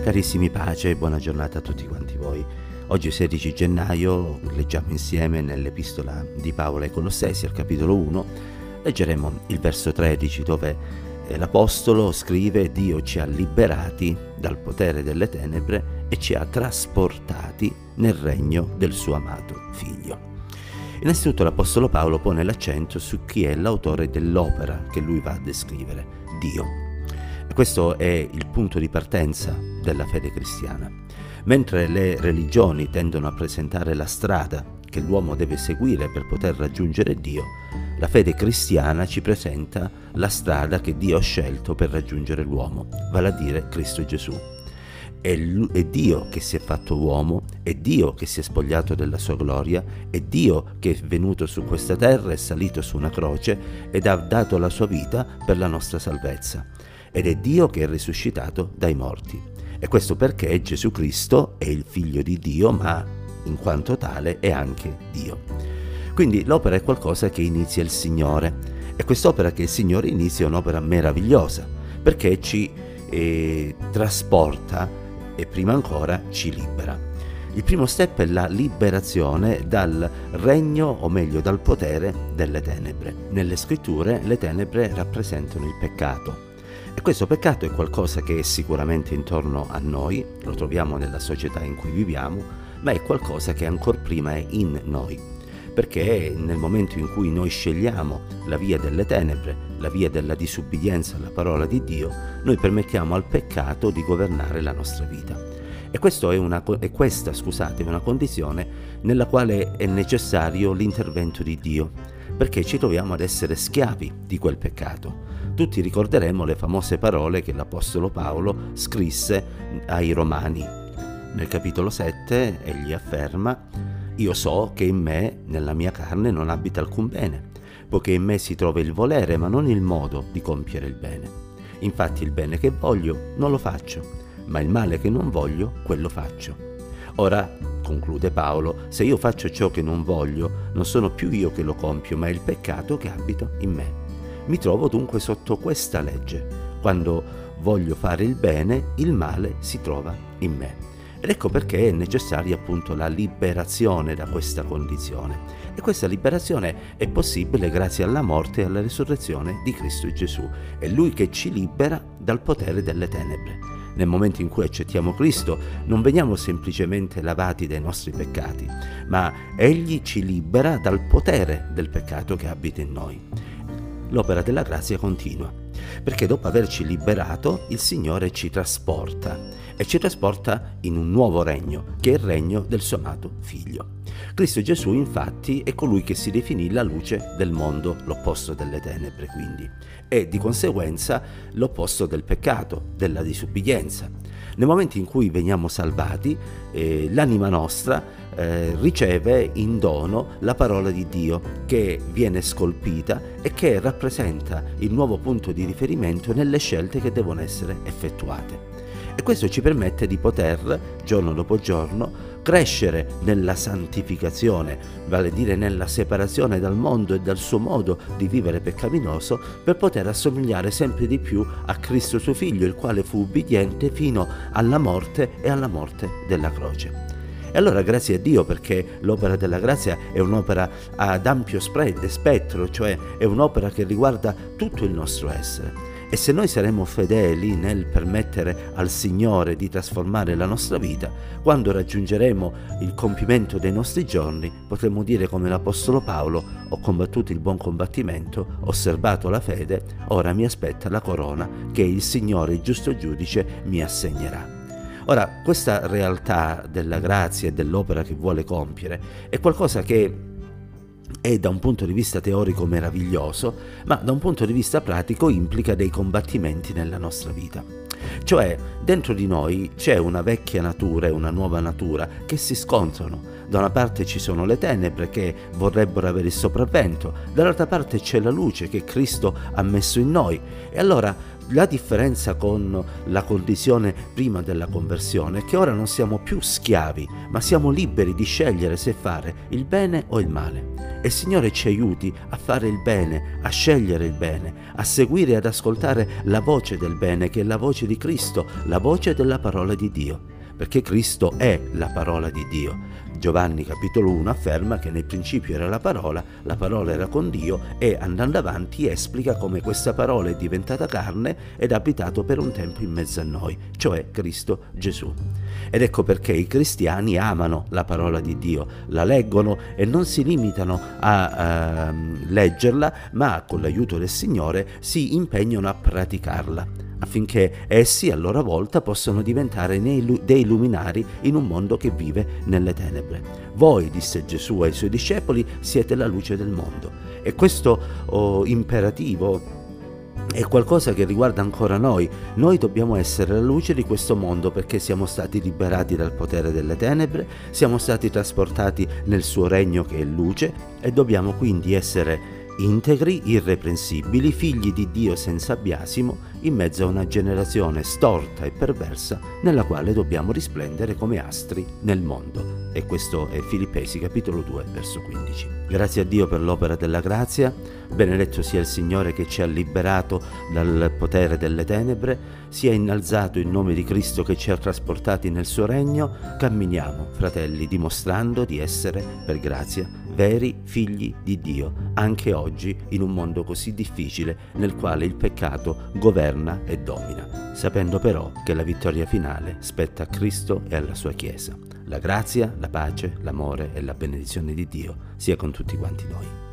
Carissimi, pace e buona giornata a tutti quanti voi. Oggi è 16 gennaio, leggiamo insieme nell'epistola di Paolo ai Colossesi, al capitolo 1, leggeremo il verso 13 dove l'Apostolo scrive: Dio ci ha liberati dal potere delle tenebre e ci ha trasportati nel regno del suo amato Figlio. Innanzitutto l'Apostolo Paolo pone l'accento su chi è l'autore dell'opera che lui va a descrivere, Dio. E questo è il punto di partenza della fede cristiana. Mentre le religioni tendono a presentare la strada che l'uomo deve seguire per poter raggiungere Dio, la fede cristiana ci presenta la strada che Dio ha scelto per raggiungere l'uomo, vale a dire Cristo Gesù. È Dio che si è fatto uomo, è Dio che si è spogliato della sua gloria, è Dio che è venuto su questa terra, è salito su una croce ed ha dato la sua vita per la nostra salvezza. Ed è Dio che è risuscitato dai morti. E questo perché Gesù Cristo è il Figlio di Dio, ma in quanto tale è anche Dio. Quindi l'opera è qualcosa che inizia il Signore, e quest'opera che il Signore inizia è un'opera meravigliosa, perché ci trasporta e prima ancora ci libera. Il primo step è la liberazione dal regno, o meglio dal potere delle tenebre. Nelle scritture le tenebre rappresentano il peccato. E questo peccato è qualcosa che è sicuramente intorno a noi, lo troviamo nella società in cui viviamo, ma è qualcosa che ancor prima è in noi, perché nel momento in cui noi scegliamo la via delle tenebre, la via della disubbidienza alla parola di Dio, noi permettiamo al peccato di governare la nostra vita. E questa è una condizione nella quale è necessario l'intervento di Dio, perché ci troviamo ad essere schiavi di quel peccato. Tutti ricorderemo le famose parole che l'Apostolo Paolo scrisse ai Romani. Nel capitolo 7 egli afferma: «Io so che in me, nella mia carne, non abita alcun bene, poiché in me si trova il volere, ma non il modo di compiere il bene. Infatti il bene che voglio non lo faccio, ma il male che non voglio, quello faccio. Ora», conclude Paolo, «se io faccio ciò che non voglio, non sono più io che lo compio, ma il peccato che abita in me. Mi trovo dunque sotto questa legge: quando voglio fare il bene, il male si trova in me». Ed ecco perché è necessaria appunto la liberazione da questa condizione. E questa liberazione è possibile grazie alla morte e alla risurrezione di Cristo Gesù. È Lui che ci libera dal potere delle tenebre. Nel momento in cui accettiamo Cristo, non veniamo semplicemente lavati dai nostri peccati, ma Egli ci libera dal potere del peccato che abita in noi. L'opera della grazia continua, perché dopo averci liberato, il Signore ci trasporta, e ci trasporta in un nuovo regno, che è il regno del suo amato Figlio. Cristo Gesù, infatti, è colui che si definì la luce del mondo, l'opposto delle tenebre, quindi, e di conseguenza l'opposto del peccato, della disubbidienza. Nel momento in cui veniamo salvati, l'anima nostra riceve in dono la parola di Dio, che viene scolpita e che rappresenta il nuovo punto di riferimento nelle scelte che devono essere effettuate. E questo ci permette di poter, giorno dopo giorno, crescere nella santificazione, vale a dire nella separazione dal mondo e dal suo modo di vivere peccaminoso, per poter assomigliare sempre di più a Cristo suo Figlio, il quale fu ubbidiente fino alla morte e alla morte della croce. E allora grazie a Dio, perché l'opera della grazia è un'opera ad ampio spettro, cioè è un'opera che riguarda tutto il nostro essere. E se noi saremo fedeli nel permettere al Signore di trasformare la nostra vita, quando raggiungeremo il compimento dei nostri giorni, potremo dire come l'Apostolo Paolo: ho combattuto il buon combattimento, ho osservato la fede, ora mi aspetta la corona che il Signore, il giusto giudice, mi assegnerà. Ora, questa realtà della grazia e dell'opera che vuole compiere è qualcosa che è da un punto di vista teorico meraviglioso, ma da un punto di vista pratico implica dei combattimenti nella nostra vita. Cioè, dentro di noi c'è una vecchia natura e una nuova natura che si scontrano. Da una parte ci sono le tenebre che vorrebbero avere il sopravvento, dall'altra parte c'è la luce che Cristo ha messo in noi. E allora La differenza con la condizione prima della conversione è che ora non siamo più schiavi, ma siamo liberi di scegliere se fare il bene o il male. E il Signore ci aiuti a fare il bene, a scegliere il bene, a seguire e ad ascoltare la voce del bene, che è la voce di Cristo, la voce della parola di Dio, perché Cristo è la parola di Dio. Giovanni capitolo 1 afferma che nel principio era la parola era con Dio, e andando avanti esplica come questa parola è diventata carne ed ha abitato per un tempo in mezzo a noi, cioè Cristo Gesù. Ed ecco perché i cristiani amano la parola di Dio, la leggono e non si limitano a leggerla, ma con l'aiuto del Signore si impegnano a praticarla, affinché essi a loro volta possano diventare dei luminari in un mondo che vive nelle tenebre. Voi, disse Gesù ai suoi discepoli, siete la luce del mondo. E questo imperativo è qualcosa che riguarda ancora noi. Noi dobbiamo essere la luce di questo mondo, perché siamo stati liberati dal potere delle tenebre, siamo stati trasportati nel suo regno che è luce, e dobbiamo quindi essere integri, irreprensibili, figli di Dio senza biasimo, in mezzo a una generazione storta e perversa nella quale dobbiamo risplendere come astri nel mondo. E questo è Filippesi capitolo 2 verso 15. Grazie a Dio per l'opera della grazia, benedetto sia il Signore che ci ha liberato dal potere delle tenebre, sia innalzato il nome di Cristo che ci ha trasportati nel suo regno. Camminiamo, fratelli, dimostrando di essere, per grazia, veri figli di Dio, anche oggi in un mondo così difficile nel quale il peccato governa e domina, sapendo però che la vittoria finale spetta a Cristo e alla sua Chiesa. La grazia, la pace, l'amore e la benedizione di Dio sia con tutti quanti noi.